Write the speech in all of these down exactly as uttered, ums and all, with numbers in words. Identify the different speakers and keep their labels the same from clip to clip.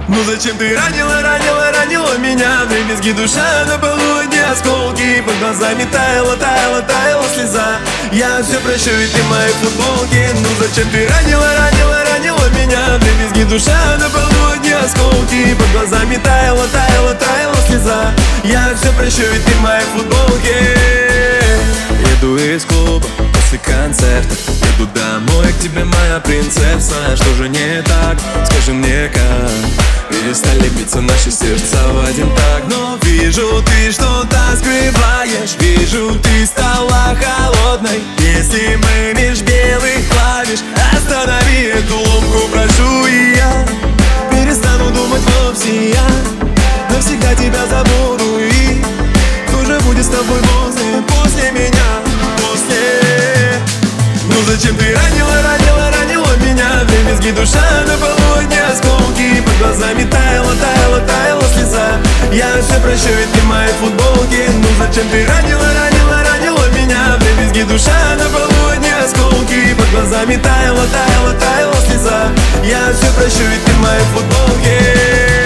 Speaker 1: Ну зачем ты ранила, ранила, ранила меня? Вдребезги душа на полу, одни осколки. Под глазами таяла, таяла, таяла слеза. Я все прощу, ведь ты в моей футболке. Ну зачем ты ранила, ранила, ранила меня? Вдребезги душа на полу, одни осколки. Под глазами таяла, таяла, таяла слеза. Я все прощу, ведь ты в моей футболке. Еду из клуба после концерта, еду домой к тебе, моя принцесса. Что же не так? Скажи мне как. Перестали биться наши сердца в один так. Но вижу, ты что-то скрываешь. Вижу, ты стала холодной. Если мы меж белых клавиш, останови эту ломку, прошу. И я перестану думать вовсе. Я навсегда тебя забуду. И кто же будет с тобой после, после меня, после? Ну зачем ты ранила, ранила, ранила меня? Вдребезги душа на полу, одни осколки. Под глазами таяла, таяла, таяла слеза. Я все прощу, ведь ты в моей футболке. Ну зачем ты ранила, ранила, ранила меня? Вдребезги душа на полу, одни осколки. Под глазами таяла, таяла, таяла слеза. Я все прощу, ведь ты в моей футболке.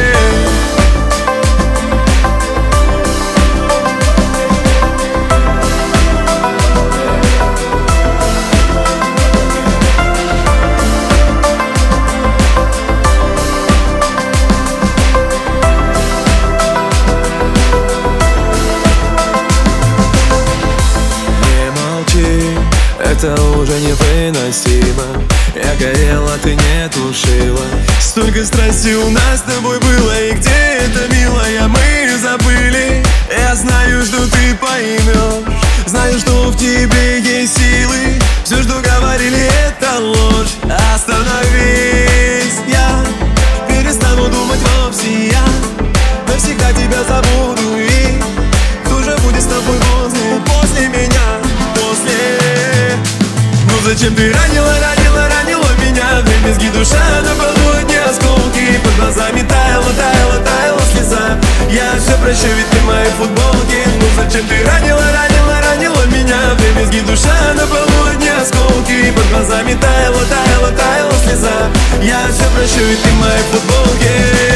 Speaker 1: Это уже невыносимо. Я горела, ты не тушила. Столько страсти у нас с тобой было. И где это, милая, мы забыли. Я знаю, что ты поймешь. Знаю, что в тебе есть силы. Все, что говорили, это ложь. Остановись, я перестану думать вовсе. Я навсегда тебя забуду. И кто же будет с тобой после, после меня, после? Ну зачем ты ранила, ранила, ранила меня? Вдребезги душа на полу, одни осколки. Под глазами таяла, таяла, таяла слеза. Я все прощу, ведь ты в моей футболке. Ну зачем ты ранила, ранила, ранила меня? Вдребезги душа на полу, одни осколки. Под глазами таяла, таяла, таяла слеза. Я все прощу, ведь ты в моей футболке.